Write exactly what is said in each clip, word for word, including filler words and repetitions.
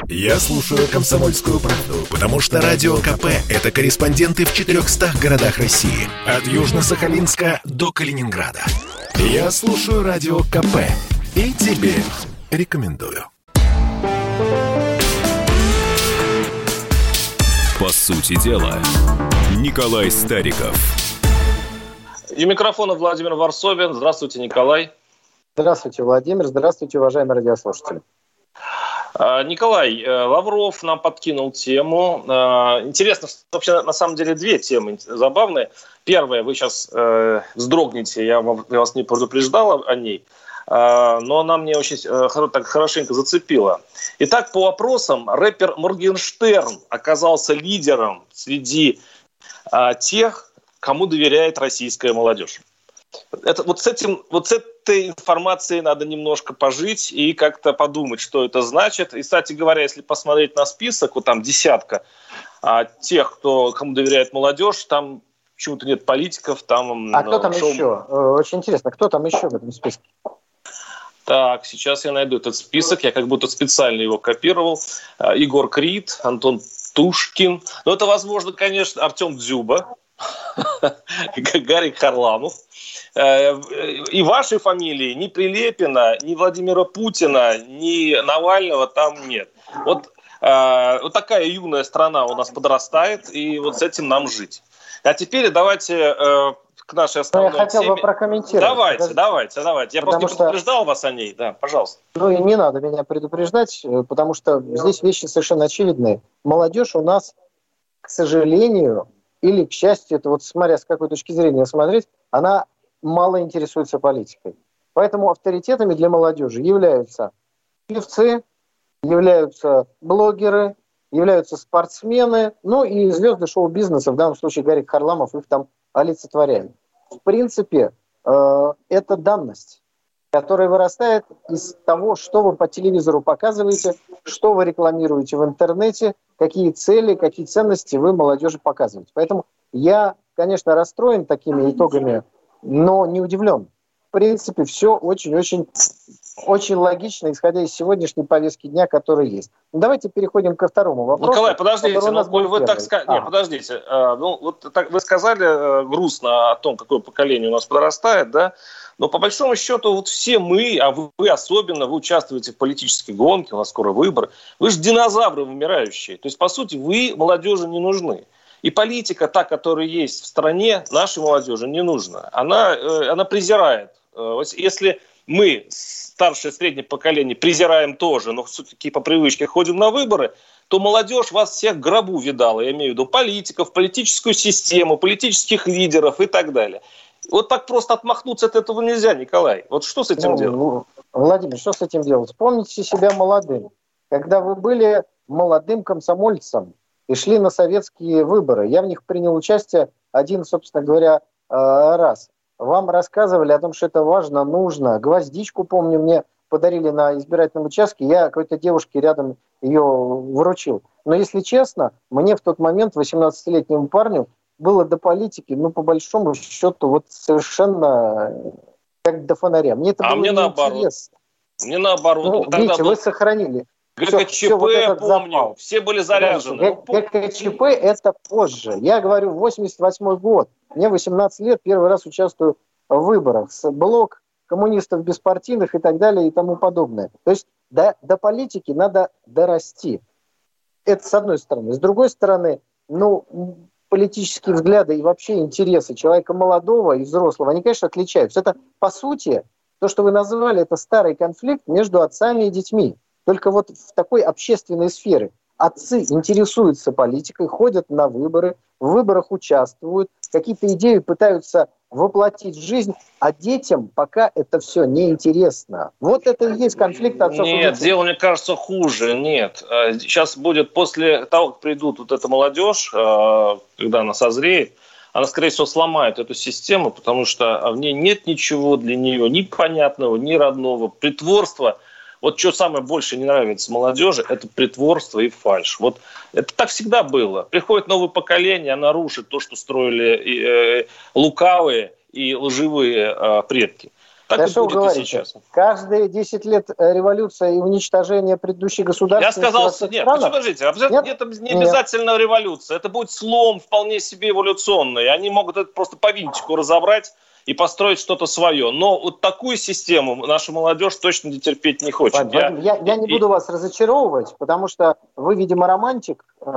Я слушаю «Комсомольскую правду», потому что Радио КП – это корреспонденты в четырехстах городах России. От Южно-Сахалинска до Калининграда. Я слушаю Радио КП и тебе рекомендую. По сути дела, Николай Стариков. И микрофона Владимир Варсобин. Здравствуйте, Николай. Здравствуйте, Владимир. Здравствуйте, уважаемые радиослушатели. Николай, Лавров нам подкинул тему. Интересно, вообще на самом деле две темы забавные. Первая, вы сейчас э, вздрогнете, я, вам, я вас не предупреждал о ней, э, но она мне очень э, так хорошенько зацепила. Итак, по вопросам, рэпер Моргенштерн оказался лидером среди э, тех, кому доверяет российская молодежь. Это, вот, с этим, вот с этой информацией надо немножко пожить и как-то подумать, что это значит. И, кстати говоря, если посмотреть на список, вот там десятка а, тех, кто, кому доверяет молодежь, там почему-то нет политиков. Там, а кто там шоу... еще? Очень интересно, кто там еще в этом списке? Так, сейчас я найду этот список. Я как будто специально его копировал. Егор Крид, Антон Птушкин. Ну, это, возможно, конечно, Артем Дзюба. Гарик Харламов. И вашей фамилии ни Прилепина, ни Владимира Путина, ни Навального там нет. Вот, вот такая юная страна у нас подрастает, и вот с этим нам жить. А теперь давайте к нашей основной теме. Я хотел теме. бы прокомментировать. Давайте, Подожди. давайте, давайте. Я потому просто не предупреждал что... вас о ней. Да, пожалуйста. Ну и не надо меня предупреждать, потому что здесь вещи совершенно очевидные. Молодежь у нас, к сожалению, или, к счастью, это вот смотря с какой точки зрения смотреть, она мало интересуется политикой. Поэтому авторитетами для молодежи являются певцы, являются блогеры, являются спортсмены, ну и звезды шоу-бизнеса, в данном случае Гарик Харламов их там олицетворяет. В принципе, э, это данность, которая вырастает из того, что вы по телевизору показываете, что вы рекламируете в интернете, какие цели, какие ценности вы молодежи показываете. Поэтому я, конечно, расстроен такими итогами, но не удивлен. В принципе, все очень-очень очень логично, исходя из сегодняшней повестки дня, которая есть. Ну, давайте переходим ко второму вопросу. Николай, подождите, ну, вы так сказали. Нет, подождите. А, ну, вот так вы сказали грустно о том, какое поколение у нас подрастает, да? Но по большому счету вот все мы, а вы, вы особенно, вы участвуете в политической гонке, у нас скоро выборы, вы же динозавры вымирающие. То есть, по сути, вы молодежи не нужны. И политика, та, которая есть в стране, нашей молодежи не нужна. Она, она презирает. Если мы, старшее среднее поколение, презираем тоже, но все-таки по привычке ходим на выборы, то молодежь вас всех в гробу видала. Я имею в виду политиков, политическую систему, политических лидеров и так далее. Вот так просто отмахнуться от этого нельзя, Николай. Вот что с этим ну, делать? Владимир, что с этим делать? Вспомните себя молодым. Когда вы были молодым комсомольцем и шли на советские выборы, я в них принял участие один, собственно говоря, раз. Вам рассказывали о том, что это важно, нужно. Гвоздичку, помню, мне подарили на избирательном участке. Я какой-то девушке рядом ее вручил. Но, если честно, мне в тот момент, восемнадцатилетнему парню, было до политики, ну, по большому счету, вот совершенно как до фонаря. Мне это а было мне неинтересно. Мне наоборот. Ну, видите, был... вы сохранили. ГКЧП, все, вот помню, запал. Все были заряжены. ГКЧП это позже. Я говорю, восемьдесят восьмой год. Мне восемнадцать лет, первый раз участвую в выборах. Блок коммунистов беспартийных и так далее и тому подобное. То есть до, до политики надо дорасти. Это с одной стороны. С другой стороны, ну, политические взгляды и вообще интересы человека молодого и взрослого, они, конечно, отличаются. Это, по сути, то, что вы назвали, это старый конфликт между отцами и детьми. Только вот в такой общественной сфере. Отцы интересуются политикой, ходят на выборы, в выборах участвуют, какие-то идеи пытаются воплотить в жизнь, а детям пока это все неинтересно. Вот это и есть конфликт отцов и детей. Нет, дело, мне кажется, хуже. Нет. Сейчас будет, после того, как придут вот эта молодежь, когда она созреет, она, скорее всего, сломает эту систему, потому что в ней нет ничего для нее ни понятного, ни родного. Притворство. Вот что самое больше не нравится молодежи, это притворство и фальшь. Вот это так всегда было. Приходит новое поколение, оно рушит то, что строили и, э, лукавые и лживые э, предки. Так да и будет говорите? И сейчас. Каждые десять лет революция и уничтожение предыдущих государств. Я сказал, нет, подождите, нет? это не обязательно нет. революция, это будет слом вполне себе эволюционный. Они могут это просто по винтику разобрать и построить что-то свое. Но вот такую систему наша молодежь точно не терпеть не хочет. Вадим, я, я, я не буду и... вас разочаровывать, потому что вы, видимо, романтик. Э,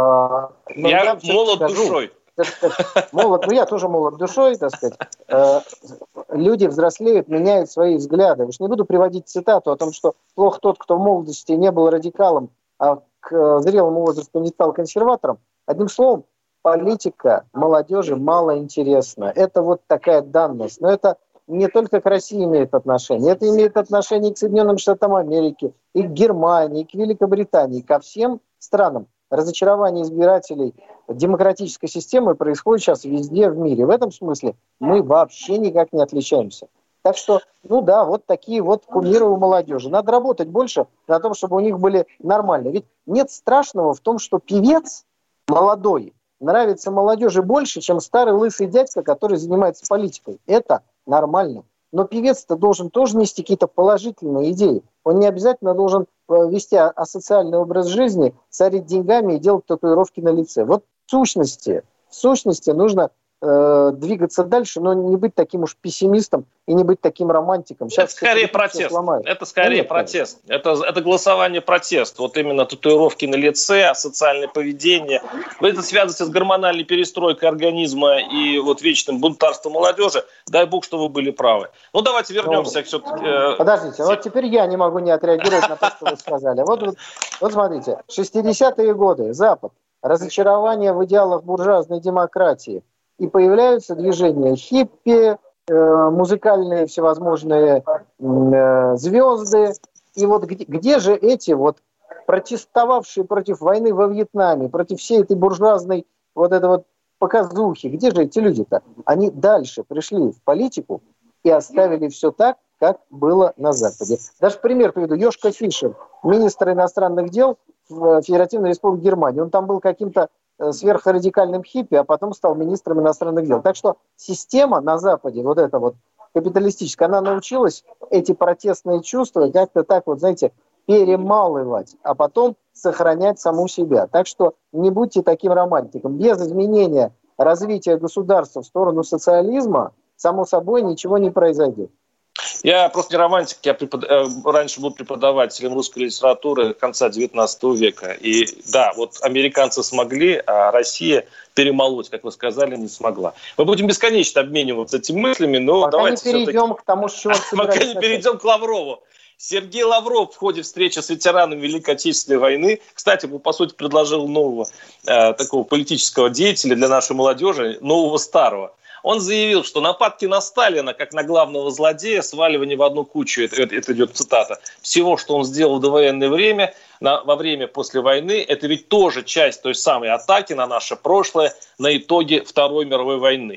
я я молод скажу, душой. Сказать, молод, ну я тоже молод душой, так сказать. Э, люди взрослеют, меняют свои взгляды. Уж не буду приводить цитату о том, что плох тот, кто в молодости не был радикалом, а к зрелому возрасту не стал консерватором. Одним словом, политика молодежи мало интересна. Это вот такая данность. Но это не только к России имеет отношение. Это имеет отношение и к Соединенным Штатам Америки, и к Германии, и к Великобритании, ко всем странам. Разочарование избирателей демократической системы происходит сейчас везде в мире. В этом смысле мы вообще никак не отличаемся. Так что, ну да, вот такие вот кумиры у молодежи. Надо работать больше на том, чтобы у них были нормальные. Ведь нет страшного в том, что певец молодой нравится молодежи больше, чем старый лысый дядька, который занимается политикой. Это нормально. Но певец-то должен тоже нести какие-то положительные идеи. Он не обязательно должен вести асоциальный образ жизни, царить деньгами и делать татуировки на лице. Вот в сущности, в сущности нужно э, двигаться дальше, но не быть таким уж пессимистом и не быть таким романтиком. Сейчас это скорее протест. Это скорее Нет, протест. Это, это голосование протест. Вот именно татуировки на лице, асоциальное поведение. Это связывается с гормональной перестройкой организма и вот вечным бунтарством молодежи. Дай бог, что вы были правы. Ну, давайте вернемся ну, все-таки. Э, подождите, все... вот теперь я не могу не отреагировать на то, что вы сказали. Вот, вот, вот смотрите, шестидесятые годы, Запад, разочарование в идеалах буржуазной демократии. И появляются движения хиппи, музыкальные всевозможные э, звезды. И вот где, где же эти вот протестовавшие против войны во Вьетнаме, против всей этой буржуазной вот этой вот показухи, где же эти люди-то? Они дальше пришли в политику и оставили все так, как было на Западе. Даже пример приведу. Йошка Фишер, министр иностранных дел в Федеративной Республике Германии. Он там был каким-то сверхрадикальным хиппи, а потом стал министром иностранных дел. Так что система на Западе, вот эта вот капиталистическая, она научилась эти протестные чувства как-то так вот, знаете, перемалывать, а потом сохранять саму себя. Так что не будьте таким романтиком. Без изменения развития государства в сторону социализма, само собой, ничего не произойдет. Я просто не романтик, я препод... раньше был преподавателем русской литературы конца девятнадцатого века. И да, вот американцы смогли, а Россия перемолоть, как вы сказали, не смогла. Мы будем бесконечно обмениваться этими мыслями, но пока давайте не перейдем все-таки... к тому, с чего Пока не перейдем к Лаврову. Сергей Лавров в ходе встречи с ветеранами Великой Отечественной войны, кстати, по сути, предложил нового э, такого политического деятеля для нашей молодежи, нового старого. Он заявил, что нападки на Сталина, как на главного злодея, сваливание в одну кучу, это, это идет цитата, всего, что он сделал в довоенное время, на, во время после войны, это ведь тоже часть той самой атаки на наше прошлое, на итоги Второй мировой войны.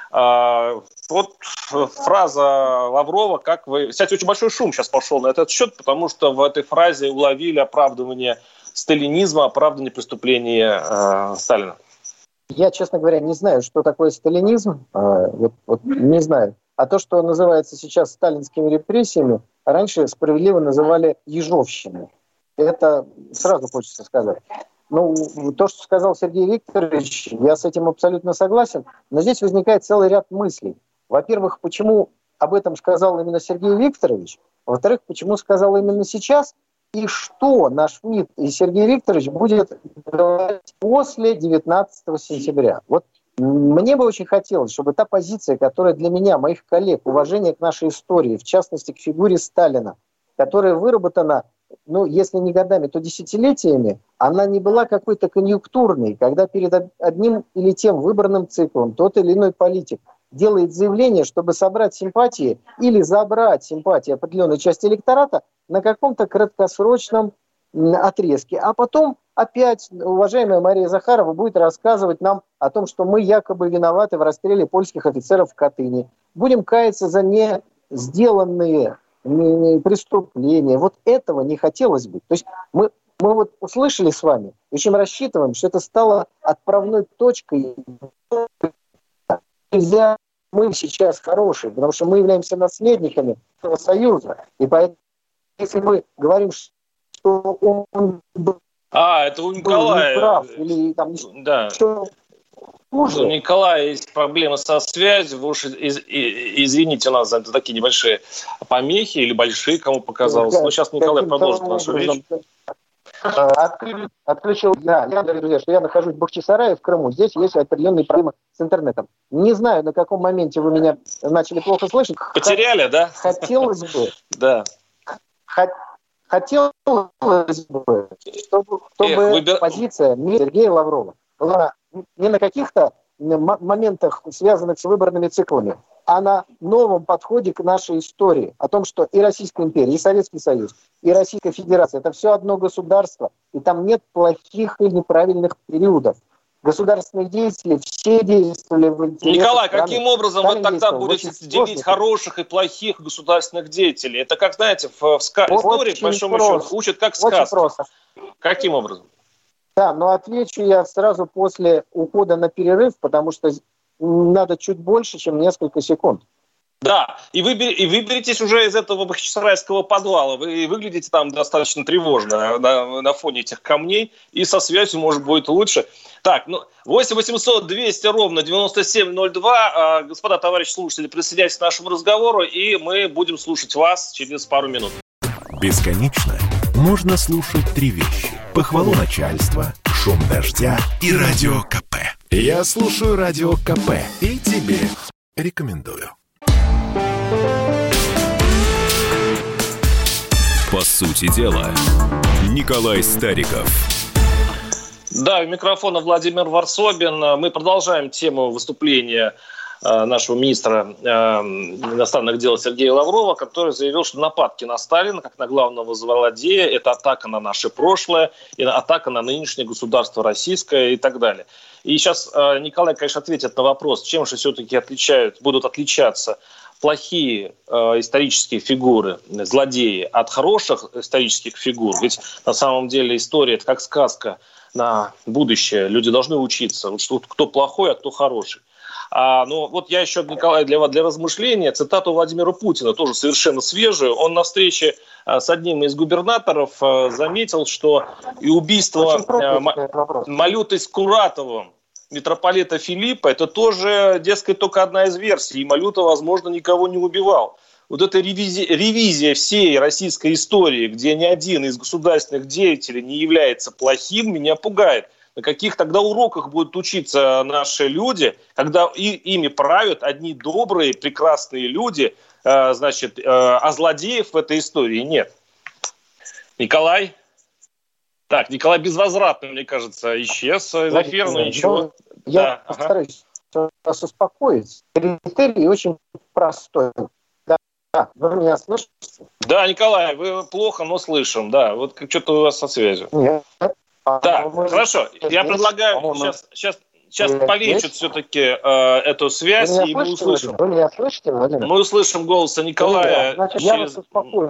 А, вот фраза Лаврова, как вы... Кстати, очень большой шум сейчас пошел на этот счет, потому что в этой фразе уловили оправдывание сталинизма, оправдывание преступления э, Сталина. Я, честно говоря, не знаю, что такое сталинизм, э, вот, вот не знаю. А то, что называется сейчас сталинскими репрессиями, раньше справедливо называли ежовщиной. Это сразу хочется сказать. Ну, то, что сказал Сергей Викторович, я с этим абсолютно согласен, но здесь возникает целый ряд мыслей. Во-первых, почему об этом сказал именно Сергей Викторович? Во-вторых, почему сказал именно сейчас? И что наш МИД и Сергей Викторович будет говорить после девятнадцатого сентября? Вот мне бы очень хотелось, чтобы та позиция, которая для меня, моих коллег, уважение к нашей истории, в частности к фигуре Сталина, которая выработана, ну, если не годами, то десятилетиями, она не была какой-то конъюнктурной, когда перед одним или тем выбранным циклом тот или иной политик делает заявление, чтобы собрать симпатии или забрать симпатии определенной части электората на каком-то краткосрочном отрезке. А потом опять уважаемая Мария Захарова будет рассказывать нам о том, что мы якобы виноваты в расстреле польских офицеров в Катыни. Будем каяться за не сделанные преступления. Вот этого не хотелось бы. То есть мы, мы вот услышали с вами, очень рассчитываем, что это стало отправной точкой. Нельзя мы сейчас хорошие, потому что мы являемся наследниками этого союза. И поэтому, если мы говорим, что он был А, это у Николая. неправ, или там да. что хуже. У Николая есть проблемы со связью. Вы уж из, из, извините нас за такие небольшие помехи или большие, кому показалось. Да, но сейчас Николай продолжит нашу речь. Отключил. Да, я говорю, друзья, что я нахожусь в Бахчисарае, в Крыму. Здесь есть определенные проблемы с интернетом. Не знаю, на каком моменте вы меня начали плохо слышать. Потеряли, да? Хотелось бы. Да. Хотелось бы, чтобы, чтобы выбир... позиция Сергея Лаврова была не на каких-то моментах, связанных с выборными циклами, а на новом подходе к нашей истории. О том, что и Российская империя, и Советский Союз, и Российская Федерация – это все одно государство, и там нет плохих и неправильных периодов. Государственные деятели все действовали в интересах Николай, страны. каким образом Сталин вы тогда будете делить хороших и плохих государственных деятелей? Это, как, знаете, в, в ска- истории, по большому счету, учат как сказку. Очень просто. Каким образом? Да, но отвечу я сразу после ухода на перерыв, потому что надо чуть больше, чем несколько секунд. Да, и, выбер, и выберитесь уже из этого бахчисарайского подвала. Вы выглядите там достаточно тревожно на, на фоне этих камней, и со связью, может, будет лучше. Так, ну, восемь восемьсот двести ровно девяносто семь ноль два. Господа, товарищи слушатели, присоединяйтесь к нашему разговору, и мы будем слушать вас через пару минут. Бесконечно можно слушать три вещи. Похвалу начальства, шум дождя и радио КП. Я слушаю радио КП и тебе рекомендую. По сути дела, Николай Стариков. Да, у микрофона Владимир Варсобин. Мы продолжаем тему выступления нашего министра иностранных дел Сергея Лаврова, который заявил, что нападки на Сталина, как на главного злодея, это атака на наше прошлое, и атака на нынешнее государство российское и так далее. И сейчас Николай, конечно, ответит на вопрос, чем же все-таки отличают, будут отличаться плохие э, исторические фигуры, злодеи, от хороших исторических фигур. Ведь на самом деле история – это как сказка на будущее. Люди должны учиться, вот, что, кто плохой, а кто хороший. А, ну, вот я еще, Николай, для, для размышления цитату Владимира Путина, тоже совершенно свежую. Он на встрече а, с одним из губернаторов а, заметил, что и убийство а, м- Малюты Скуратовым, митрополита Филиппа, это тоже, дескать, только одна из версий. И Малюта, возможно, никого не убивал. Вот эта ревизия, ревизия всей российской истории, где ни один из государственных деятелей не является плохим, меня пугает. На каких тогда уроках будут учиться наши люди, когда и, ими правят одни добрые, прекрасные люди, э, значит, э, а злодеев в этой истории нет. Николай? Так, Николай безвозвратно, мне кажется, исчез из эфира, но ничего. Я да, постараюсь ага. вас успокоить. Критерий очень простой. Да, да, вы меня слышите? Да, Николай, вы плохо, но слышим. Да, вот что-то у вас со связью. Нет. Да, хорошо. Я предлагаю сейчас, сейчас, сейчас полечат все-таки э, эту связь, и мы услышим. Вы меня слышите, Владимир? Мы услышим голос Николая. Значит, через... я вас успокою.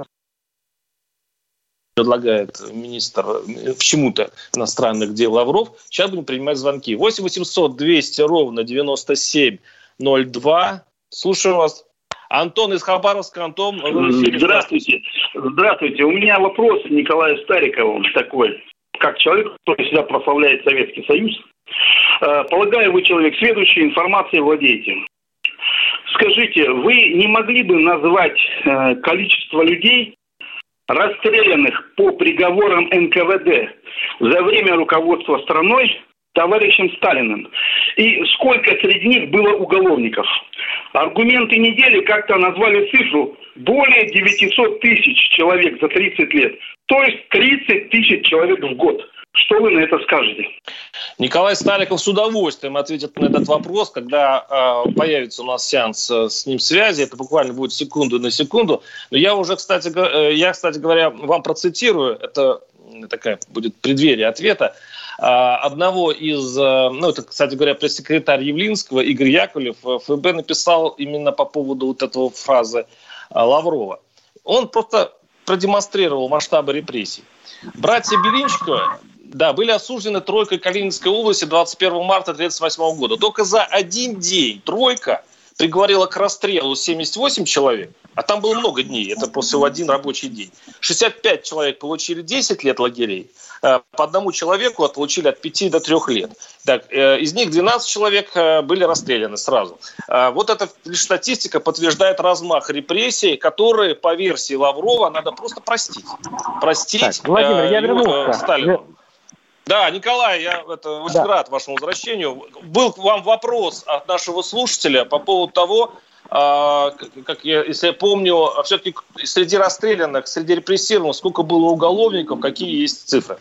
Предлагает министр почему-то иностранных дел Лавров. Сейчас будем принимать звонки. восемь восемьсот двести ровно девяносто семь ноль два. Слушаю вас. Антон из Хабаровска. Антон, вы в эфире. Здравствуйте. Здравствуйте. У меня вопрос к Николаю Старикову такой. Как человек, который всегда прославляет Советский Союз. Полагаю, вы человек сведущий, информацией владеете. Скажите, вы не могли бы назвать количество людей, расстрелянных по приговорам эн ка вэ дэ за время руководства страной товарищем Сталиным? И сколько среди них было уголовников? Аргументы недели как-то назвали цифру более девятьсот тысяч человек за тридцать лет. То есть тридцать тысяч человек в год. Что вы на это скажете? Николай Стариков с удовольствием ответит на этот вопрос, когда э, появится у нас сеанс э, с ним связи. Это буквально будет секунду на секунду. Но я уже, кстати, э, я, кстати говоря, вам процитирую. Это такая будет преддверие ответа. Э, одного из, э, ну, это, кстати говоря, пресс-секретарь Явлинского, Игорь Яковлев, эф бэ написал именно по поводу вот этого фразы э, Лаврова. Он просто продемонстрировал масштабы репрессий. Братья Белинчиковы, да, были осуждены тройкой Калининской области двадцать первого марта тысяча девятьсот тридцать восьмого года. Только за один день тройка приговорила к расстрелу семьдесят восемь человек, а там было много дней, это просто в один рабочий день. шестьдесят пять человек получили десять лет лагерей, по одному человеку получили от пяти до трёх лет. Так, из них двенадцать человек были расстреляны сразу. Вот эта лишь статистика подтверждает размах репрессий, которые, по версии Лаврова, надо просто простить. Простить так, Владимир, э, я вернулся. Сталину. Да, Николай, я это, очень да. рад вашему возвращению. Был к вам вопрос от нашего слушателя по поводу того, а, как я, если я помню, все-таки среди расстрелянных, среди репрессированных, сколько было уголовников, какие есть цифры?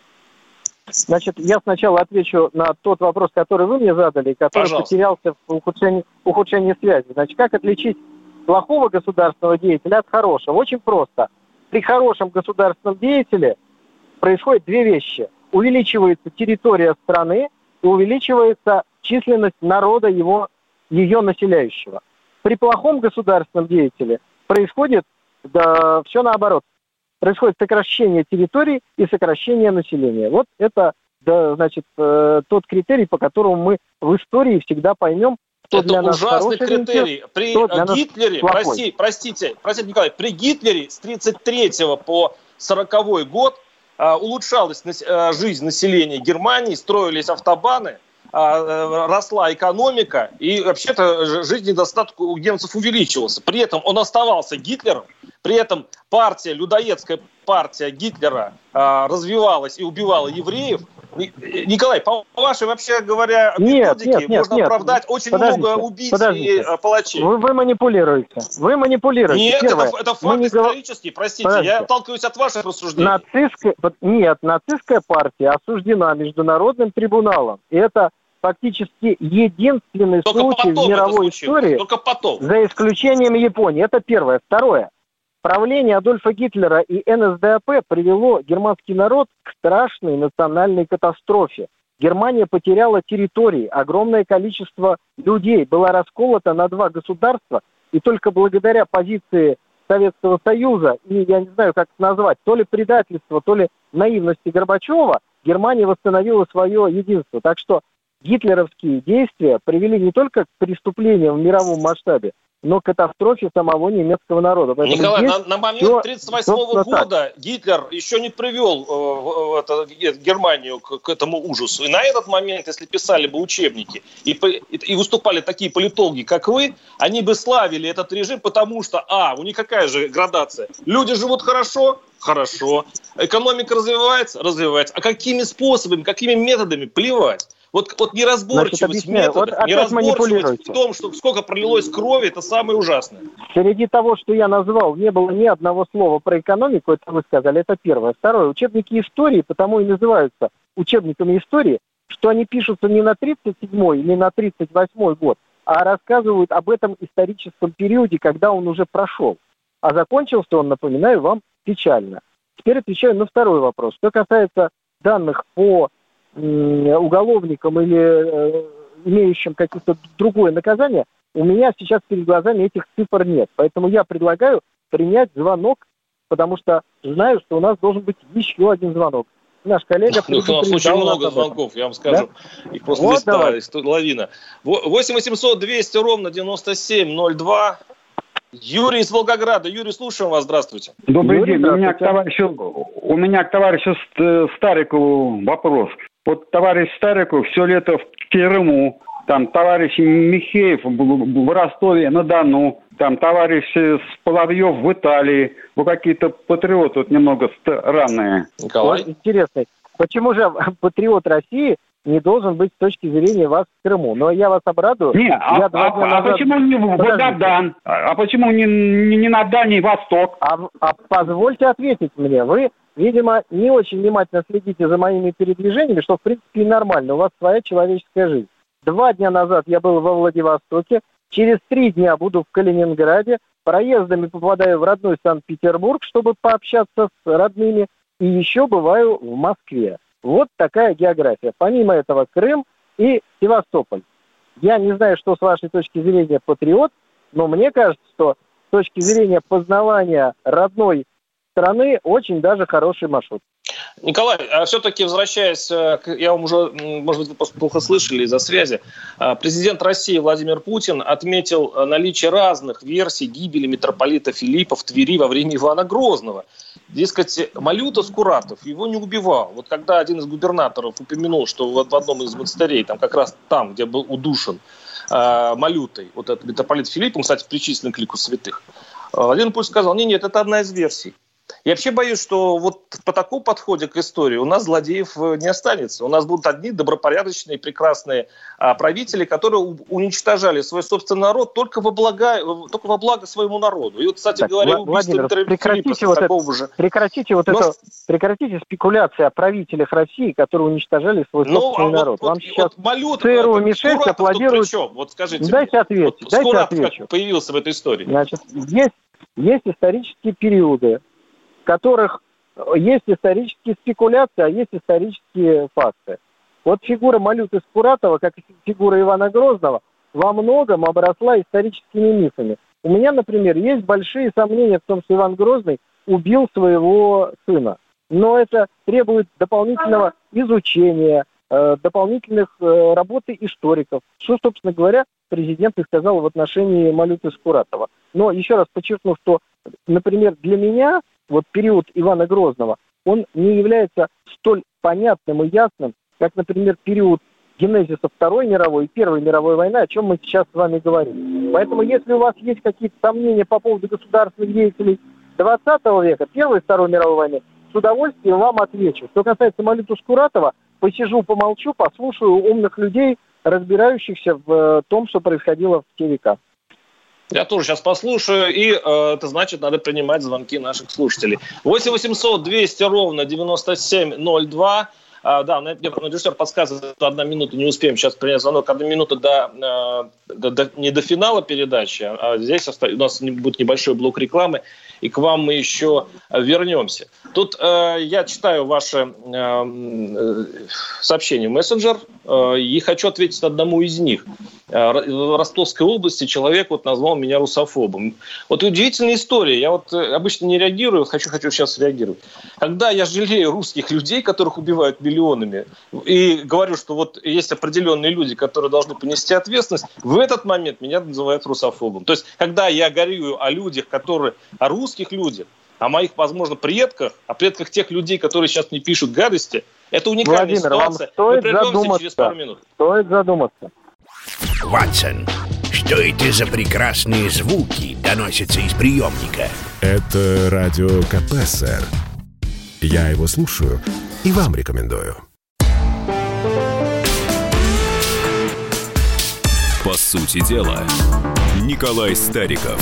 Значит, я сначала отвечу на тот вопрос, который вы мне задали, который Пожалуйста. потерялся в ухудшении, ухудшении связи. Значит, как отличить плохого государственного деятеля от хорошего? Очень просто. При хорошем государственном деятеле происходят две вещи. Увеличивается территория страны и увеличивается численность народа, его, ее населяющего. При плохом государственном деятеле происходит да, все наоборот. Происходит сокращение территорий и сокращение населения. Вот это да, значит, э, тот критерий, по которому мы в истории всегда поймем, кто это для нас ужасный критерий. Ориентир, при Гитлере, прости, простите, простите, Николай, при Гитлере с тридцать третьего по сороковой год э, улучшалась э, жизнь населения Германии, строились автобаны, росла экономика, и вообще-то жизненный достаток у немцев увеличивался. При этом он оставался Гитлером, при этом партия, людоедская партия Гитлера развивалась и убивала евреев. Николай, по вашей, вообще говоря, методике можно нет, оправдать нет. очень подождите, много убийц подождите. и палачей. Вы, вы манипулируете. Вы манипулируете. Нет, это, это факт исторический, простите. Подождите. Я отталкиваюсь от ваших рассуждений. Нацистская, нет, нацистская партия осуждена Международным трибуналом. И это фактически единственный Только случай в мировой истории, Только потом. за исключением Японии. Это первое. Второе. Правление Адольфа Гитлера и эн эс дэ а пэ привело германский народ к страшной национальной катастрофе. Германия потеряла территории, огромное количество людей была расколота на два государства, и только благодаря позиции Советского Союза, и я не знаю, как это назвать, то ли предательство, то ли наивности Горбачева, Германия восстановила свое единство. Так что гитлеровские действия привели не только к преступлениям в мировом масштабе, но к катастрофе самого немецкого народа. Поэтому Николай, на, на момент тридцать восьмого года Гитлер еще не привел э, это, Германию к, к этому ужасу. И на этот момент, если писали бы учебники и, и, и выступали такие политологи, как вы, они бы славили этот режим, потому что, а, у них какая же градация? Люди живут хорошо? Хорошо. Экономика развивается? Развивается. А какими способами, какими методами? Плевать. Вот, вот неразборчивость в методах, вот неразборчивость в том, что сколько пролилось крови, это самое ужасное. Среди того, что я назвал, не было ни одного слова про экономику, это вы сказали, это первое. Второе, учебники истории потому и называются учебниками истории, что они пишутся не на тридцать седьмой или на тридцать восьмой год, а рассказывают об этом историческом периоде, когда он уже прошел. А закончился он, напоминаю вам, печально. Теперь отвечаю на второй вопрос. Что касается данных по уголовникам или э, имеющим какое-то другое наказание, у меня сейчас перед глазами этих цифр нет. Поэтому я предлагаю принять звонок, потому что знаю, что у нас должен быть еще один звонок. Наш коллега... Ну, у нас очень много звонков, я вам скажу. Да? Их просто вот листа, лавина. восемь восемьсот двести ровно девяносто семь ноль два. Юрий из Волгограда. Юрий, слушаем вас. Здравствуйте. Добрый Юрий, день. У меня, к товарищу, у меня к товарищу Старикову вопрос. Вот товарищ Стариков все лето в Крыму, там товарищ Михеев в Ростове-на-Дону, там товарищ Половьев в Италии. Вот какие-то патриоты вот немного странные. Николай? Вот интересно, почему же патриот России не должен быть с точки зрения вас в Крыму? Но я вас обрадую. Не, а, а, назад... а почему не в Магадан? А почему не, не, не на Дальний Восток? А, а позвольте ответить мне. Вы, видимо, не очень внимательно следите за моими передвижениями, что, в принципе, и нормально. У вас своя человеческая жизнь. Два дня назад я был во Владивостоке. Через три дня буду в Калининграде. Проездами попадаю в родной Санкт-Петербург, чтобы пообщаться с родными. И еще бываю в Москве. Вот такая география. Помимо этого Крым и Севастополь. Я не знаю, что с вашей точки зрения патриот, но мне кажется, что с точки зрения познавания родной страны очень даже хороший маршрут. Николай, а все-таки возвращаясь, я вам уже, может быть, вы просто плохо слышали из-за связи, президент России Владимир Путин отметил наличие разных версий гибели митрополита Филиппа в Твери во время Ивана Грозного. Дескать, Малюта Скуратов его не убивал. Вот когда один из губернаторов упомянул, что в одном из монастырей, там как раз там, где был удушен Малютой, вот этот митрополит Филипп, он, кстати, причислен к лику святых, Владимир Путин сказал, нет, нет, это одна из версий. Я вообще боюсь, что вот по такому подходе к истории у нас злодеев не останется. У нас будут одни добропорядочные, прекрасные а, правители, которые у- уничтожали свой собственный народ только во благо, только во благо своему народу. И вот, кстати Так, говоря, Вла- убийство Владимир, Филиппа прекратите с вот такого же... Прекратите вот Но- это, прекратите спекуляции о правителях России, которые уничтожали свой Ну, собственный а народ. вот, Вам вот, сейчас вот Малюта, ЦРУ это Мишель Скуратов тут аплодирует. при чем? Вот скажите Дайте мне. ответить, Вот дайте Скуратов отвечу. как появился в этой истории? Значит, есть, есть исторические периоды, в которых есть исторические спекуляции, а есть исторические факты. Вот фигура Малюты Скуратова, как и фигура Ивана Грозного, во многом обросла историческими мифами. У меня, например, есть большие сомнения в том, что Иван Грозный убил своего сына. Но это требует дополнительного изучения, э, дополнительных э, работы историков. Что, собственно говоря, президент и сказал в отношении Малюты Скуратова. Но еще раз подчеркну, что, например, для меня вот период Ивана Грозного, он не является столь понятным и ясным, как, например, период генезиса Второй мировой и Первой мировой войны, о чем мы сейчас с вами говорим. Поэтому, если у вас есть какие-то сомнения по поводу государственных деятелей двадцатого века, Первой и Второй мировой войны, с удовольствием вам отвечу. Что касается Малюты Скуратова, посижу, помолчу, послушаю умных людей, разбирающихся в том, что происходило в те века. Я тоже сейчас послушаю, и э, это значит, надо принимать звонки наших слушателей. восемь восемьсот двести ровно девяносто семь ноль два. А, да, мне режиссер подсказывает, что одна минута, не успеем сейчас принять звонок. Одна минута до, до, до, не до финала передачи, а здесь у нас будет небольшой блок рекламы, и к вам мы еще вернемся. Тут э, я читаю ваши э, сообщения в мессенджер э, и хочу ответить одному из них. В Ростовской области человек вот назвал меня русофобом. Вот удивительная история. Я вот обычно не реагирую, хочу, хочу сейчас реагировать. Когда я жалею русских людей, которых убивают миллионами, и говорю, что вот есть определенные люди, которые должны понести ответственность, в этот момент меня называют русофобом. То есть, когда я горюю о людях, которые, о русских людях, о моих, возможно, предках, о предках тех людей, которые сейчас мне пишут гадости, это уникальная Владимир, ситуация. вам стоит Мы прервемся задуматься. через пару минут. Стоит задуматься. Ватсон, что это за прекрасные звуки доносятся из приемника? Это радио КП, сэр. Я его слушаю и вам рекомендую. По сути дела, Николай Стариков.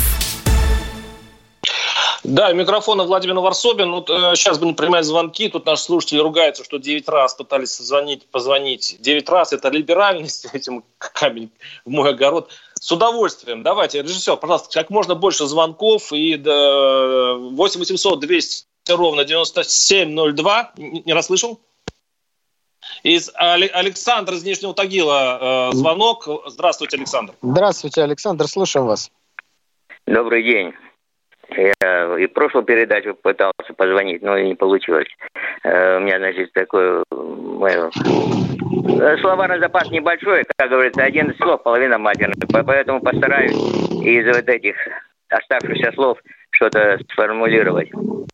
Да, микрофон Владимир Варсобин. Вот, э, сейчас будем принимать звонки. Тут наши слушатели ругаются, что девять раз пытались звонить, позвонить. девять раз – это либеральность, этим камень в мой огород. С удовольствием. Давайте, режиссер, пожалуйста, как можно больше звонков. И до восемь восемьсот двести ровно девяносто семь ноль два. Не, не расслышал? Из Александр из Нижнего Тагила э, звонок. Здравствуйте, Александр. Здравствуйте, Александр, слушаем вас. Добрый день. Я и в прошлую передачу пытался позвонить, но не получилось. У меня, значит, такой... Словарный запас небольшой, как говорится, один из слов, половина матерных. Поэтому постараюсь из вот этих оставшихся слов что-то сформулировать.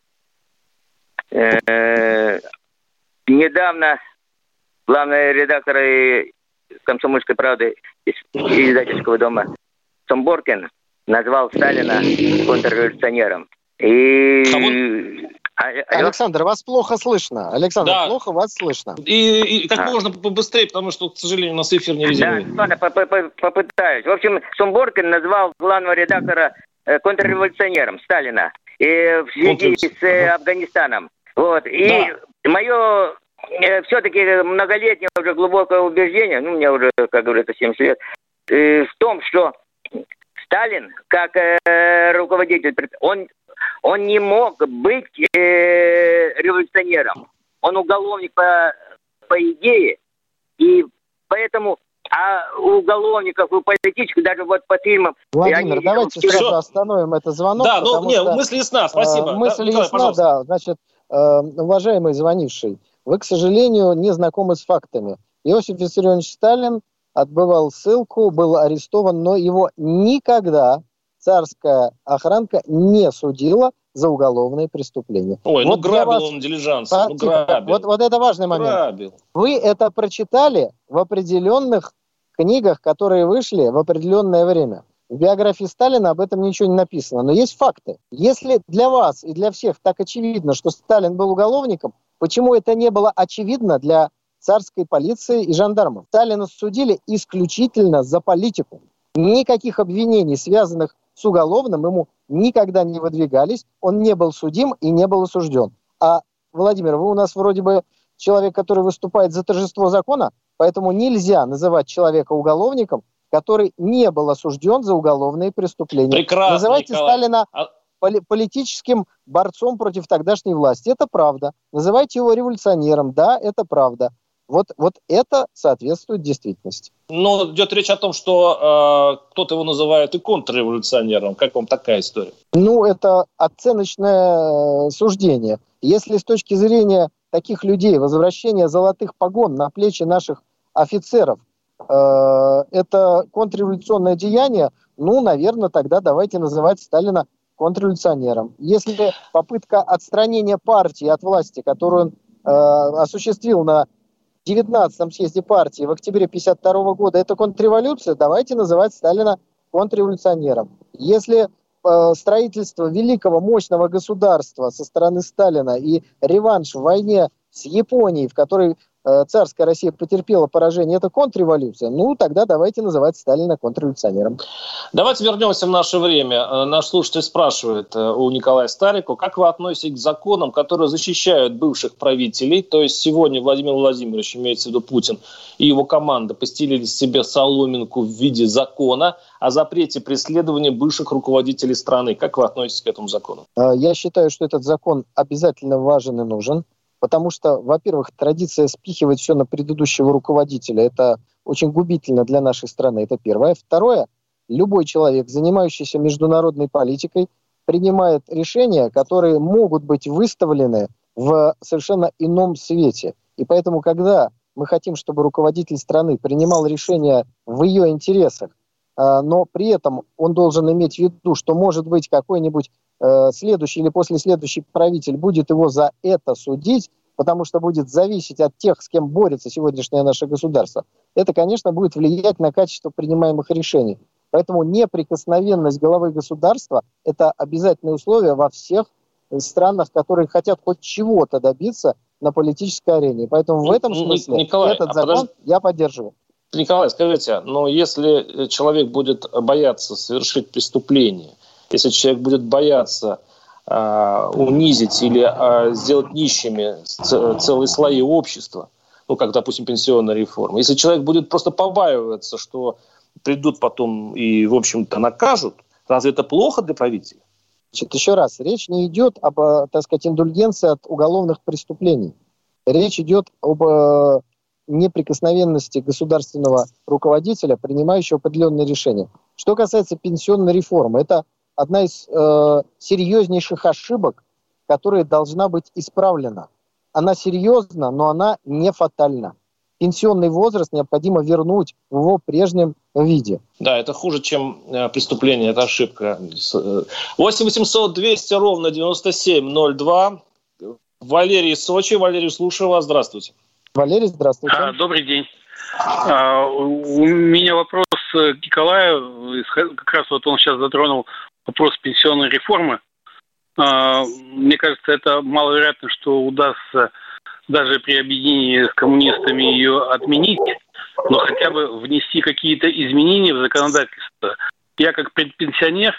Недавно главный редактор «Комсомольской правды» из издательского дома Сомборкин назвал Сталина контрреволюционером. И... Александр, вас плохо слышно. Александр, да. плохо вас слышно. И, и как а. можно побыстрее, потому что, к сожалению, у нас эфир не резиновый. Да, ладно, попытаюсь. В общем, Сомборкин назвал главного редактора контрреволюционером Сталина и в связи с ага. Афганистаном. Вот. И да. мое все-таки многолетнее уже глубокое убеждение, ну, мне уже, как говорится, семьдесят лет, в том, что Сталин, как э, руководитель, он, он не мог быть э, революционером. Он уголовник по, по идее. И поэтому а у уголовников, у политических, даже вот по фильмам... Владимир, давайте сразу остановим этот звонок. Да, ну, не, что, мысль ясна, спасибо. Э, мысль да, ясна, да. Значит, уважаемый звонивший, вы, к сожалению, не знакомы с фактами. Иосиф Виссарионович Сталин отбывал ссылку, был арестован, но его никогда царская охранка не судила за уголовные преступления. Ой, вот ну грабил вас... он дилижанс, а, ну тихо, грабил. Вот, вот это важный момент. Грабил. Вы это прочитали в определенных книгах, которые вышли в определенное время. В биографии Сталина об этом ничего не написано, но есть факты. Если для вас и для всех так очевидно, что Сталин был уголовником, почему это не было очевидно для царской полиции и жандармов? Сталина судили исключительно за политику. Никаких обвинений, связанных с уголовным, ему никогда не выдвигались. Он не был судим и не был осужден. А, Владимир, вы у нас вроде бы человек, который выступает за торжество закона, поэтому нельзя называть человека уголовником, который не был осужден за уголовные преступления. Прекрасно, Называйте Николай. Сталина поли- политическим борцом против тогдашней власти. Это правда. Называйте его революционером. Да, это правда. Вот, вот это соответствует действительности. Но идет речь о том, что э, кто-то его называет и контрреволюционером. Как вам такая история? Ну, это оценочное суждение. Если с точки зрения таких людей возвращение золотых погон на плечи наших офицеров э, это контрреволюционное деяние, ну, наверное, тогда давайте называть Сталина контрреволюционером. Если попытка отстранения партии от власти, которую он э, осуществил на девятнадцатом съезде партии в октябре тысяча девятьсот пятьдесят второго года, это контрреволюция, давайте называть Сталина контрреволюционером. Если э, строительство великого мощного государства со стороны Сталина и реванш в войне с Японией, в которой э, царская Россия потерпела поражение, это контрреволюция, ну тогда давайте называть Сталина контрреволюционером. Давайте вернемся в наше время. Наш слушатель спрашивает у Николая Старикова, как вы относитесь к законам, которые защищают бывших правителей? То есть сегодня Владимир Владимирович, имеется в виду Путин, и его команда постелили себе соломинку в виде закона о запрете преследования бывших руководителей страны. Как вы относитесь к этому закону? Я считаю, что этот закон обязательно важен и нужен, потому что, во-первых, традиция спихивать все на предыдущего руководителя – это очень губительно для нашей страны, это первое. Второе, любой человек, занимающийся международной политикой, принимает решения, которые могут быть выставлены в совершенно ином свете. И поэтому, когда мы хотим, чтобы руководитель страны принимал решения в ее интересах, но при этом он должен иметь в виду, что, может быть, какой-нибудь следующий или послеследующий правитель будет его за это судить, потому что будет зависеть от тех, с кем борется сегодняшнее наше государство, это, конечно, будет влиять на качество принимаемых решений. Поэтому неприкосновенность главы государства – это обязательное условие во всех странах, которые хотят хоть чего-то добиться на политической арене. Поэтому в этом смысле Николай, этот а закон подожди... я поддерживаю. Николай, скажите, но если человек будет бояться совершить преступление, если человек будет бояться э, унизить или э, сделать нищими целые слои общества, ну, как, допустим, пенсионная реформа, если человек будет просто побаиваться, что придут потом и, в общем-то, накажут, разве это плохо для правителя? Значит, еще раз, речь не идет об, так сказать, индульгенции от уголовных преступлений. Речь идет об э, неприкосновенности государственного руководителя, принимающего определенные решения. Что касается пенсионной реформы, это одна из э, серьезнейших ошибок, которая должна быть исправлена. Она серьезна, но она не фатальна. Пенсионный возраст необходимо вернуть в его прежнем виде. Да, это хуже, чем э, преступление, это ошибка. восемь восемьсот двести ровно девяносто семь ноль два. Валерий из Сочи. Валерий, слушаю вас. Здравствуйте. Валерий, здравствуйте. А, добрый день. А, у меня вопрос к Николаю. Как раз вот он сейчас затронул вопрос пенсионной реформы. А, мне кажется, это маловероятно, что удастся даже при объединении с коммунистами ее отменить, но хотя бы внести какие-то изменения в законодательство. Я как пенсионер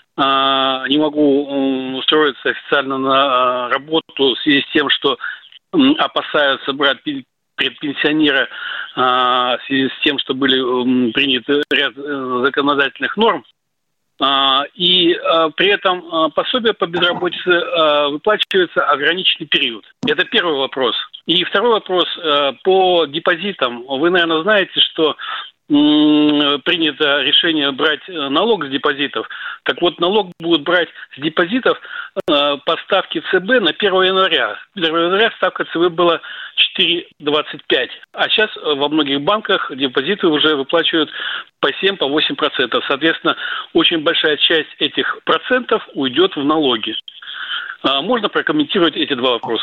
а, не могу устроиться официально на работу в связи с тем, что опасаются брать предпенсионера а, в связи с тем, что были м, приняты ряд законодательных норм. А, и а, при этом а, пособие по безработице а, выплачивается ограниченный период. Это первый вопрос. И второй вопрос а, по депозитам. Вы, наверное, знаете, что принято решение брать налог с депозитов. Так вот, налог будут брать с депозитов по ставке ЦБ на первого января. первого января ставка ЦБ была четыре двадцать пять. А сейчас во многих банках депозиты уже выплачивают по семь, по восемь процентов. Соответственно, очень большая часть этих процентов уйдет в налоги. Можно прокомментировать эти два вопроса?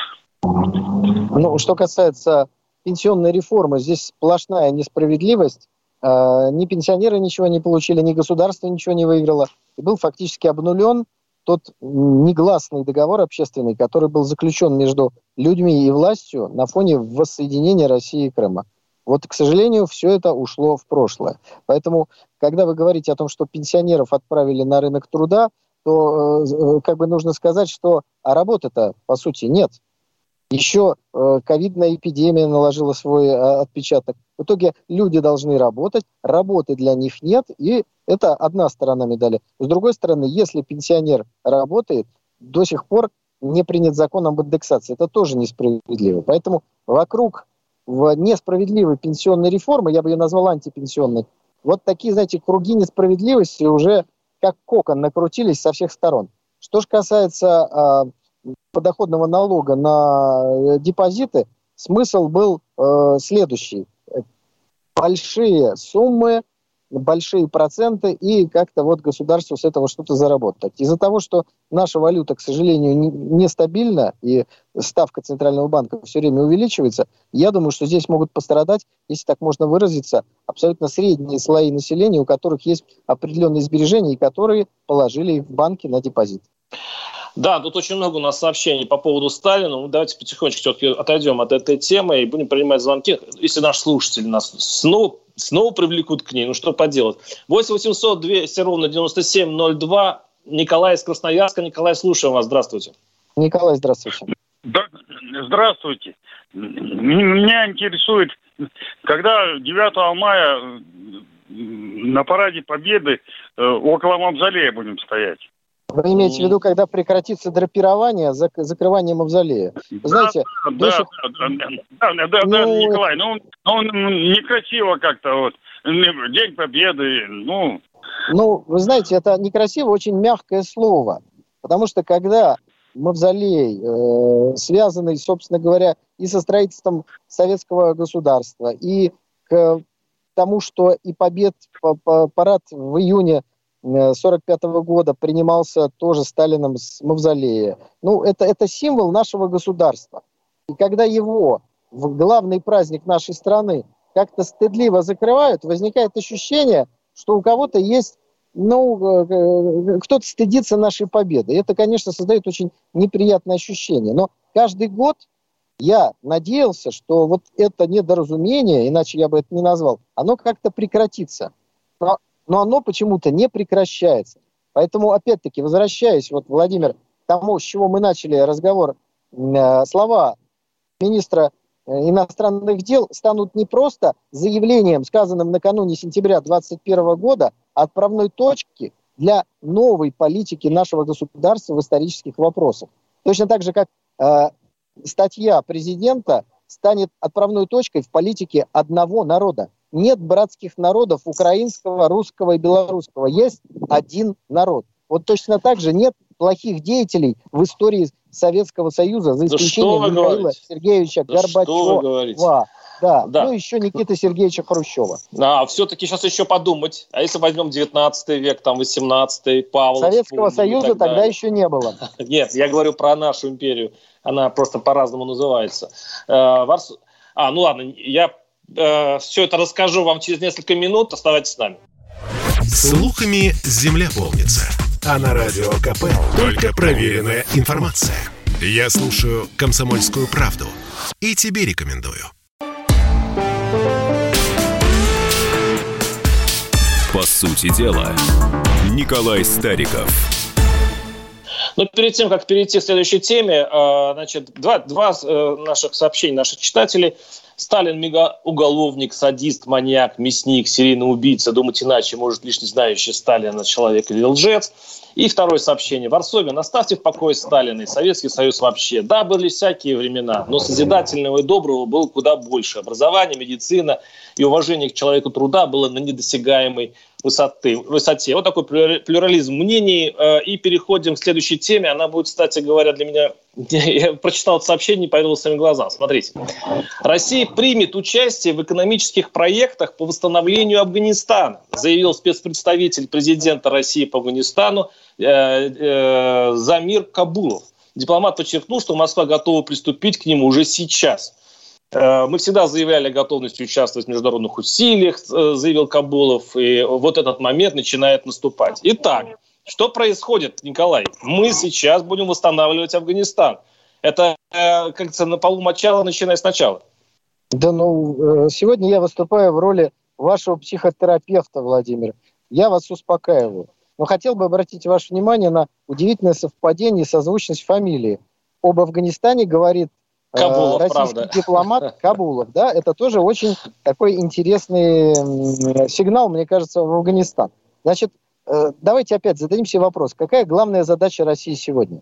Ну, что касается пенсионной реформы, здесь сплошная несправедливость. Ни пенсионеры ничего не получили, ни государство ничего не выиграло. И был фактически обнулен тот негласный договор общественный, который был заключен между людьми и властью на фоне воссоединения России и Крыма. Вот, к сожалению, все это ушло в прошлое. Поэтому, когда вы говорите о том, что пенсионеров отправили на рынок труда, то э, как бы нужно сказать, что а работы-то, по сути, нет. Еще э, ковидная эпидемия наложила свой э, отпечаток. В итоге люди должны работать, работы для них нет, и это одна сторона медали. С другой стороны, если пенсионер работает, до сих пор не принят закон об индексации. Это тоже несправедливо. Поэтому вокруг в несправедливой пенсионной реформы, я бы ее назвал антипенсионной, вот такие, знаете, круги несправедливости уже как кокон накрутились со всех сторон. Что же касается э, подоходного налога на депозиты, смысл был э, следующий. Большие суммы, большие проценты, и как-то вот государству с этого что-то заработать. Из-за того, что наша валюта, к сожалению, нестабильна, и ставка Центрального банка все время увеличивается, я думаю, что здесь могут пострадать, если так можно выразиться, абсолютно средние слои населения, у которых есть определенные сбережения, и которые положили их в банки на депозит. Да, тут очень много у нас сообщений по поводу Сталина. Ну, давайте потихонечку все-таки отойдем от этой темы и будем принимать звонки. Если наши слушатели нас снова, снова привлекут к ней, ну что поделать. восемь восемьсот двести ровно девяносто семь ноль два. Николай из Красноярска. Николай, слушаем вас. Здравствуйте. Николай, здравствуйте. Да, здравствуйте. Меня интересует, когда девятого мая на параде Победы около Мавзолея будем стоять. Вы имеете в виду, когда прекратится драпирование, зак- закрывание мавзолея? Вы знаете, да, сих... да, да, да, да, ну, да, Николай, ну, ну некрасиво как-то вот. День Победы, ну... Ну, вы знаете, это некрасиво, очень мягкое слово. Потому что когда мавзолей, э, связанный, собственно говоря, и со строительством советского государства, и к тому, что и побед, парад в июне сорок пятого года принимался тоже Сталином с мавзолея. Ну, это, это символ нашего государства. И когда его в главный праздник нашей страны как-то стыдливо закрывают, возникает ощущение, что у кого-то есть, ну, кто-то стыдится нашей победы. И это, конечно, создает очень неприятное ощущение. Но каждый год я надеялся, что вот это недоразумение, иначе я бы это не назвал, оно как-то прекратится. Но Но оно почему-то не прекращается. Поэтому, опять-таки, возвращаясь, вот, Владимир, к тому, с чего мы начали разговор, э, слова министра э, иностранных дел станут не просто заявлением, сказанным накануне сентября двадцать первого года, а отправной точки для новой политики нашего государства в исторических вопросах. Точно так же, как э, статья президента станет отправной точкой в политике одного народа. Нет братских народов украинского, русского и белорусского. Есть один народ. Вот точно так же нет плохих деятелей в истории Советского Союза, за исключением да Михаила говорите? Сергеевича да Горбачева. Да. Да. Ну, еще Никиты Сергеевича Хрущева. А все-таки сейчас еще подумать. А если возьмем девятнадцатый век, там восемнадцатый, Павла... Советского Союза тогда далее. Еще не было. Нет, я говорю про нашу империю. Она просто по-разному называется. А, ну ладно, я... все это расскажу вам через несколько минут. Оставайтесь с нами. Слухами земля полнится. А на Радио КП только проверенная информация. Я слушаю «Комсомольскую правду» и тебе рекомендую. По сути дела, Николай Стариков. Но перед тем, как перейти к следующей теме, значит, два, два наших сообщения, наших читателей. Сталин – мега-уголовник, садист, маньяк, мясник, серийный убийца. Думать иначе может лишь не знающий Сталина человек или лжец. И второе сообщение. Варсобин, оставьте в покое Сталина и Советский Союз вообще. Да, были всякие времена, но созидательного и доброго было куда больше. Образование, медицина и уважение к человеку труда было на недосягаемой высоты, высоте. Вот такой плюрализм мнений. И переходим к следующей теме. Она будет, кстати говоря, для меня... Я прочитал это сообщение и поверил своим глазам. Смотрите. Россия примет участие в экономических проектах по восстановлению Афганистана, заявил спецпредставитель президента России по Афганистану э, э, Замир Кабулов. Дипломат подчеркнул, что Москва готова приступить к нему уже сейчас. Э, мы всегда заявляли о готовности участвовать в международных усилиях, э, заявил Кабулов, и вот этот момент начинает наступать. Итак, что происходит, Николай? Мы сейчас будем восстанавливать Афганистан. Это, э, как говорится, на полу мочала, начиная сначала. Да, ну, сегодня я выступаю в роли вашего психотерапевта, Владимир. Я вас успокаиваю. Но хотел бы обратить ваше внимание на удивительное совпадение и созвучность фамилии. Об Афганистане говорит Кабулов, э, российский правда. дипломат Кабулов. Да? Это тоже очень такой интересный сигнал, мне кажется, в Афганистан. Значит, э, давайте опять зададимся вопрос. Какая главная задача России сегодня?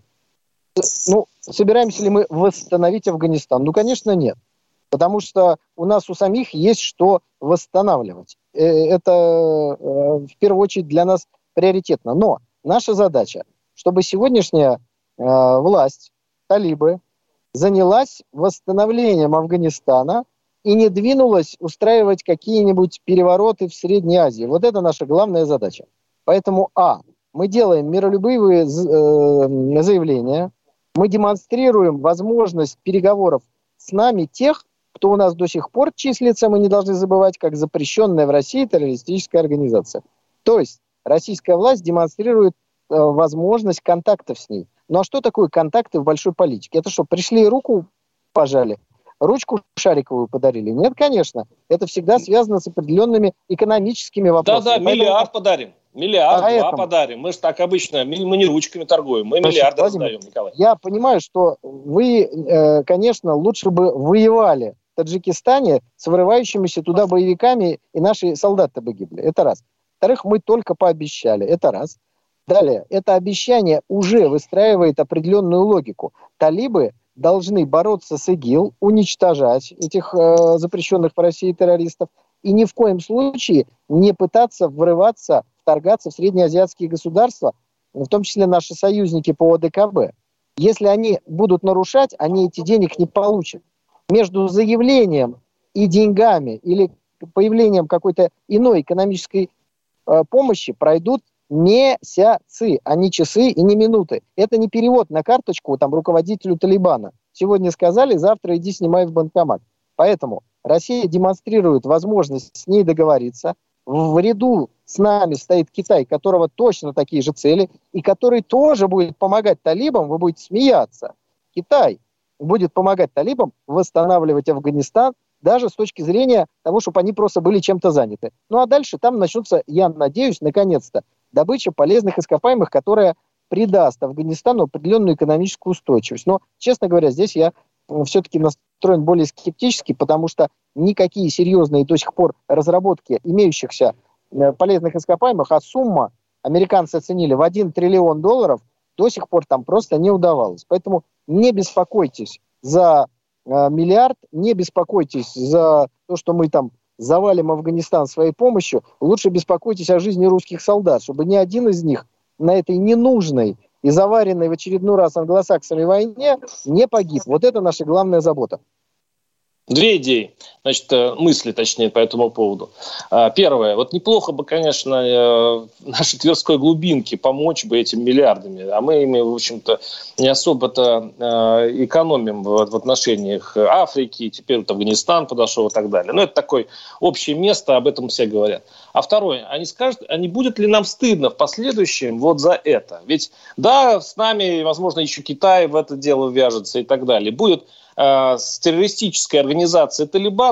Ну, собираемся ли мы восстановить Афганистан? Ну, конечно, нет. Потому что у нас у самих есть что восстанавливать. Это в первую очередь для нас приоритетно. Но наша задача, чтобы сегодняшняя власть, талибы, занялась восстановлением Афганистана и не двинулась устраивать какие-нибудь перевороты в Средней Азии. Вот это наша главная задача. Поэтому, а, мы делаем миролюбивые заявления, мы демонстрируем возможность переговоров с нами тех, кто у нас до сих пор числится, мы не должны забывать, как запрещенная в России террористическая организация. То есть российская власть демонстрирует э, возможность контактов с ней. Ну а что такое контакты в большой политике? Это что, пришли и руку пожали? Ручку шариковую подарили? Нет, конечно. Это всегда связано с определенными экономическими вопросами. Да-да, Поэтому... миллиард подарим. Миллиард, два Поэтому... подарим. Мы же так обычно, мы не ручками торгуем, мы Значит, миллиарды Владимир, раздаем, Николай. Я понимаю, что вы, э, конечно, лучше бы воевали в Таджикистане с вырывающимися туда боевиками, и наши солдаты бы гибли. Это раз. Во-вторых, мы только пообещали. Это раз. Далее, это обещание уже выстраивает определенную логику. Талибы должны бороться с ИГИЛ, уничтожать этих э, запрещенных в России террористов, и ни в коем случае не пытаться врываться, вторгаться в среднеазиатские государства, в том числе наши союзники по ОДКБ. Если они будут нарушать, они эти денег не получат. Между заявлением и деньгами или появлением какой-то иной экономической э, помощи пройдут месяцы, а не часы и не минуты. Это не перевод на карточку там, руководителю Талибана. Сегодня сказали, завтра иди снимай в банкомат. Поэтому Россия демонстрирует возможность с ней договориться. В ряду с нами стоит Китай, которого точно такие же цели, и который тоже будет помогать талибам, вы будете смеяться. Китай будет помогать талибам восстанавливать Афганистан, даже с точки зрения того, чтобы они просто были чем-то заняты. Ну а дальше там начнутся, я надеюсь, наконец-то, добыча полезных ископаемых, которая придаст Афганистану определенную экономическую устойчивость. Но, честно говоря, здесь я все-таки настроен более скептически, потому что никакие серьезные до сих пор разработки имеющихся полезных ископаемых, а сумма, американцы оценили в один триллион долларов, до сих пор там просто не удавалось. Поэтому не беспокойтесь за э, миллиард, не беспокойтесь за то, что мы там завалим Афганистан своей помощью. Лучше беспокойтесь о жизни русских солдат, чтобы ни один из них на этой ненужной и заваренной в очередной раз англосаксами войне не погиб. Вот это наша главная забота. Две идеи, значит, мысли, точнее, по этому поводу. Первое. Вот неплохо бы, конечно, нашей Тверской глубинке помочь бы этими миллиардами, а мы ими, в общем-то, не особо-то экономим в отношениях Африки, теперь вот Афганистан подошел и так далее. Но это такое общее место, об этом все говорят. А второе. Они скажут, а не будет ли нам стыдно в последующем вот за это? Ведь, да, с нами, возможно, еще Китай в это дело вяжется и так далее. Будет с террористической организацией Талибан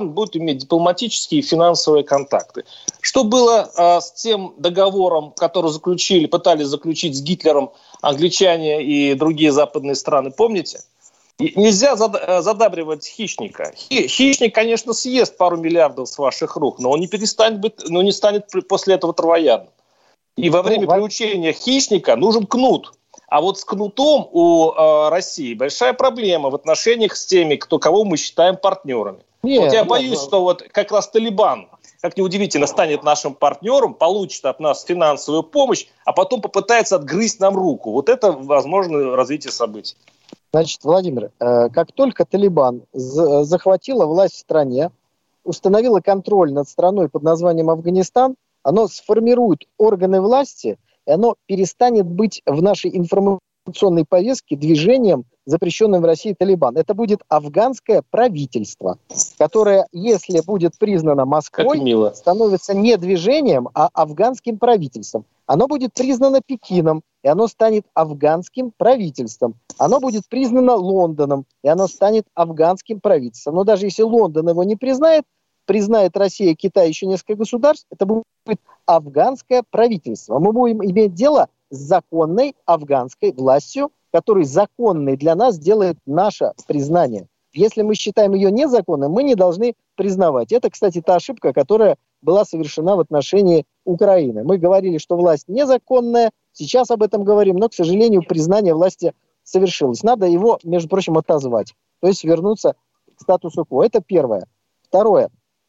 Талибан будет иметь дипломатические и финансовые контакты. Что было э, с тем договором, который заключили, пытались заключить с Гитлером англичане и другие западные страны, помните? И нельзя задабривать хищника. Хищник, конечно, съест пару миллиардов с ваших рук, но он не перестанет быть, но не станет после этого травоядным. И во время приучения хищника нужен кнут. А вот с кнутом у э, России большая проблема в отношениях с теми, кто, кого мы считаем партнерами. Нет, вот я боюсь, нет. что вот как раз Талибан, как неудивительно, станет нашим партнером, получит от нас финансовую помощь, а потом попытается отгрызть нам руку. Вот это возможно развитие событий. Значит, Владимир, э, как только Талибан з- захватила власть в стране, установила контроль над страной под названием Афганистан, оно сформирует органы власти, и оно перестанет быть в нашей информационной повестке движением, запрещенным в России Талибан. Это будет афганское правительство, которое, если будет признано Москвой, становится не движением, а афганским правительством. Оно будет признано Пекином, и оно станет афганским правительством. Оно будет признано Лондоном, и оно станет афганским правительством. Но даже если Лондон его не признает, признает Россия, Китай, еще несколько государств, это будет афганское правительство. Мы будем иметь дело с законной афганской властью, который законной для нас делает наше признание. Если мы считаем ее незаконной, мы не должны признавать. Это, кстати, та ошибка, которая была совершена в отношении Украины. Мы говорили, что власть незаконная, сейчас об этом говорим, но, к сожалению, признание власти совершилось. Надо его, между прочим, отозвать, то есть вернуться к статусу кво. Это первое. Второе.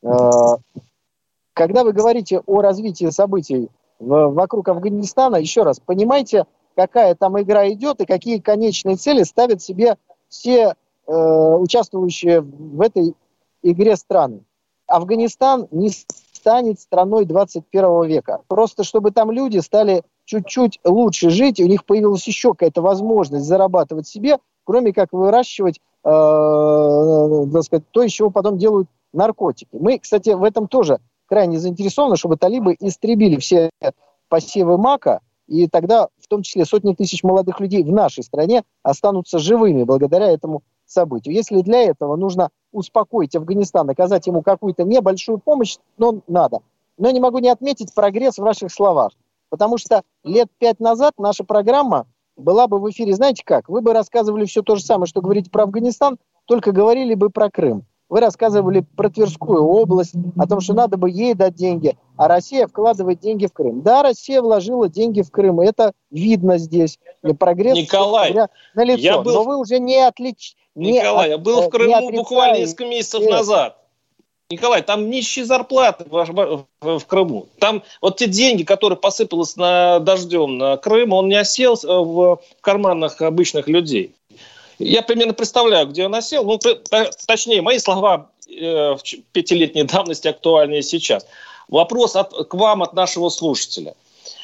Когда вы говорите о развитии событий вокруг Афганистана, еще раз, понимаете, какая там игра идет и какие конечные цели ставят себе все э, участвующие в этой игре страны. Афганистан не станет страной двадцать первого века. Просто чтобы там люди стали чуть-чуть лучше жить, у них появилась еще какая-то возможность зарабатывать себе, кроме как выращивать э, так сказать, то, из чего потом делают наркотики. Мы, кстати, в этом тоже крайне заинтересованы, чтобы талибы истребили все посевы мака, и тогда в том числе сотни тысяч молодых людей в нашей стране останутся живыми благодаря этому событию. Если для этого нужно успокоить Афганистан, оказать ему какую-то небольшую помощь, но надо. Но я не могу не отметить прогресс в ваших словах, потому что лет пять назад наша программа была бы в эфире, знаете как? Вы бы рассказывали все то же самое, что говорите про Афганистан, только говорили бы про Крым. Вы рассказывали про Тверскую область, о том, что надо бы ей дать деньги, а Россия вкладывает деньги в Крым. Да, Россия вложила деньги в Крым, это видно здесь. И прогресс Николай, налицо. Я был... Но вы уже не отличите. Николай, я был в Крыму буквально несколько месяцев Нет. назад. Николай, там нищие зарплаты в, в, в Крыму. Там вот те деньги, которые посыпались на дождем на Крым, он не осел в карманах обычных людей. Я примерно представляю, где он осел. Ну, точнее, мои слова э, в пятилетней давности актуальнее сейчас. Вопрос от, к вам от нашего слушателя.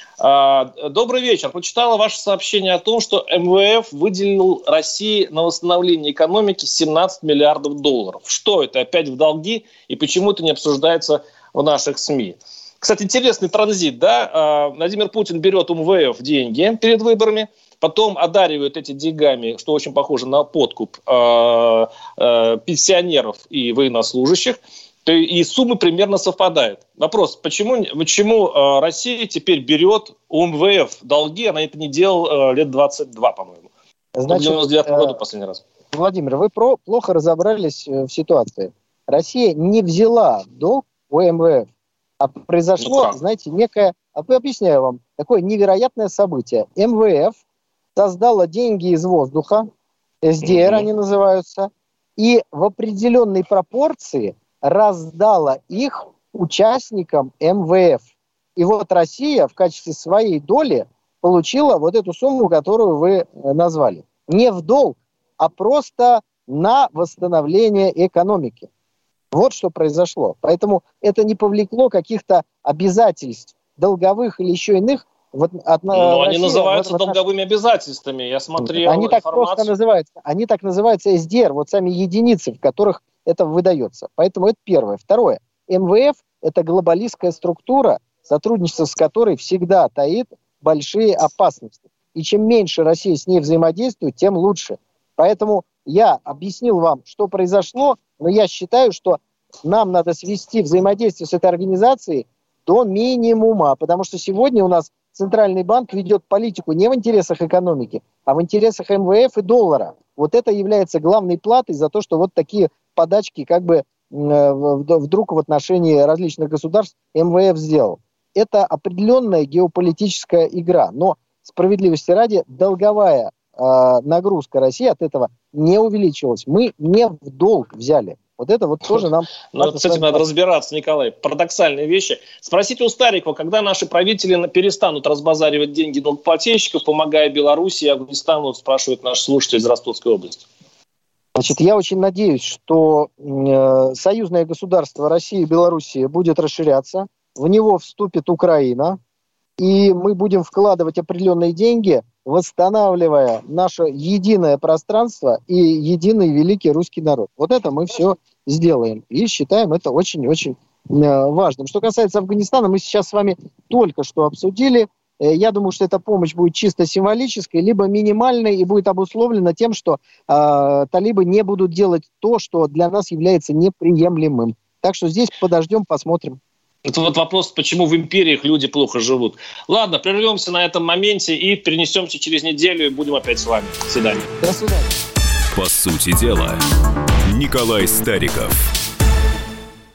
А, добрый вечер. Прочитала ваше сообщение о том, что эм вэ эф выделил России на восстановление экономики семнадцать миллиардов долларов. Что это? Опять в долги? И почему это не обсуждается в наших СМИ? Кстати, интересный транзит, да? А, Владимир Путин берет у эм вэ эф деньги перед выборами, потом одаривают эти деньгами, что очень похоже на подкуп, э, э, пенсионеров и военнослужащих, то и суммы примерно совпадают. Вопрос, почему, почему э, Россия теперь берет у эм вэ эф долги, она это не делала э, лет двадцать два, по-моему. Значит, в девяносто девятом году последний раз. Владимир, вы про, плохо разобрались в ситуации. Россия не взяла долг у эм вэ эф, а произошло, ну, знаете, некое, объясняю вам, такое невероятное событие. эм вэ эф создала деньги из воздуха, эс ди эр mm-hmm. они называются, и в определенной пропорции раздала их участникам эм вэ эф. И вот Россия в качестве своей доли получила вот эту сумму, которую вы назвали. Не в долг, а просто на восстановление экономики. Вот что произошло. Поэтому это не повлекло каких-то обязательств долговых или еще иных. Вот от, Но России, они называются вот, долговыми обязательствами. Я смотрел они информацию. Так просто называются. Они так называются эс ди эр, вот сами единицы, в которых это выдается. Поэтому это первое. Второе. эм вэ эф – это глобалистская структура, сотрудничество с которой всегда таит большие опасности. И чем меньше Россия с ней взаимодействует, тем лучше. Поэтому я объяснил вам, что произошло, но я считаю, что нам надо свести взаимодействие с этой организацией до минимума, потому что сегодня у нас Центральный банк ведет политику не в интересах экономики, а в интересах эм вэ эф и доллара. Вот это является главной платой за то, что вот такие подачки как бы вдруг в отношении различных государств эм вэ эф сделал. Это определенная геополитическая игра, но справедливости ради долговая э, нагрузка России от этого не увеличилась. Мы не в долг взяли. Вот это вот тоже нам... Ну, с этим надо разбираться, Николай. Парадоксальные вещи. Спросите у Старикова, когда наши правители перестанут разбазаривать деньги налогоплательщиков, помогая Беларуси и Афганистану, спрашивает наш слушатель из Ростовской области. Значит, я очень надеюсь, что э, союзное государство России и Белоруссия будет расширяться, в него вступит Украина, и мы будем вкладывать определенные деньги, восстанавливая наше единое пространство и единый великий русский народ. Вот это мы все сделаем и считаем это очень-очень важным. Что касается Афганистана, мы сейчас с вами только что обсудили. Я думаю, что эта помощь будет чисто символической, либо минимальной, и будет обусловлена тем, что э, талибы не будут делать то, что для нас является неприемлемым. Так что здесь подождем, посмотрим. Это вот вопрос, почему в империях люди плохо живут. Ладно, прервемся на этом моменте и перенесемся через неделю, и будем опять с вами. До свидания. До свидания. По сути дела, Николай Стариков.